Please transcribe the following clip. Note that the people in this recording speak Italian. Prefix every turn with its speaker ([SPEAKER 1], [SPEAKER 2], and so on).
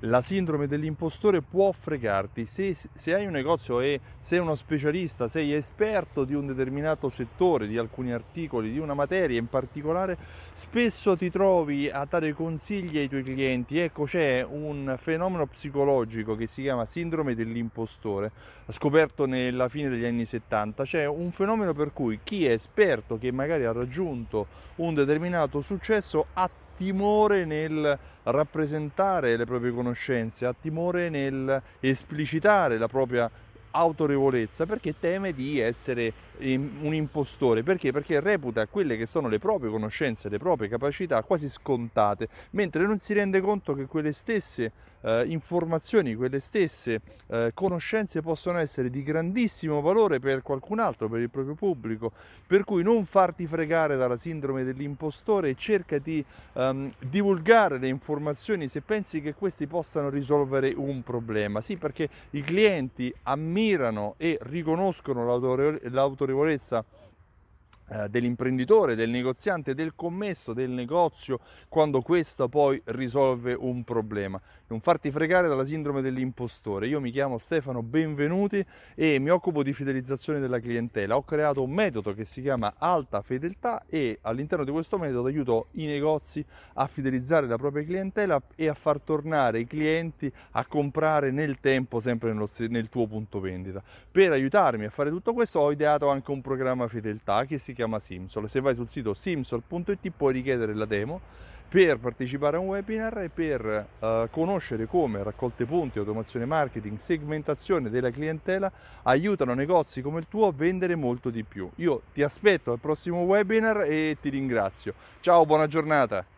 [SPEAKER 1] La sindrome dell'impostore può fregarti. Se hai un negozio e sei uno specialista, sei esperto di un determinato settore, di alcuni articoli, di una materia in particolare, spesso ti trovi a dare consigli ai tuoi clienti. Ecco, c'è un fenomeno psicologico che si chiama sindrome dell'impostore, scoperto nella fine degli anni 70. C'è un fenomeno per cui chi è esperto, che magari ha raggiunto un determinato successo, ha timore nel rappresentare le proprie conoscenze, ha timore nel esplicitare la propria autorevolezza, perché teme di essere un impostore. Perché? Perché reputa quelle che sono le proprie conoscenze, le proprie capacità quasi scontate, mentre non si rende conto che quelle stesse informazioni, quelle stesse conoscenze possono essere di grandissimo valore per qualcun altro, per il proprio pubblico. Per cui non farti fregare dalla sindrome dell'impostore e cerca di divulgare le informazioni se pensi che questi possano risolvere un problema. Sì, perché i clienti ammirano e riconoscono l'autorevolezza dell'imprenditore, del negoziante, del commesso, del negozio, quando questo poi risolve un problema. Non farti fregare dalla sindrome dell'impostore. Io mi chiamo Stefano Benvenuti e mi occupo di fidelizzazione della clientela. Ho creato un metodo che si chiama Alta Fedeltà e all'interno di questo metodo aiuto i negozi a fidelizzare la propria clientela e a far tornare i clienti a comprare nel tempo sempre nel tuo punto vendita. Per aiutarmi a fare tutto questo ho ideato anche un programma fedeltà che si chiama Simsol. Se vai sul sito simsol.it puoi richiedere la demo per partecipare a un webinar e per conoscere come raccolte punti, automazione marketing, segmentazione della clientela aiutano negozi come il tuo a vendere molto di più. Io ti aspetto al prossimo webinar e ti ringrazio. Ciao, buona giornata!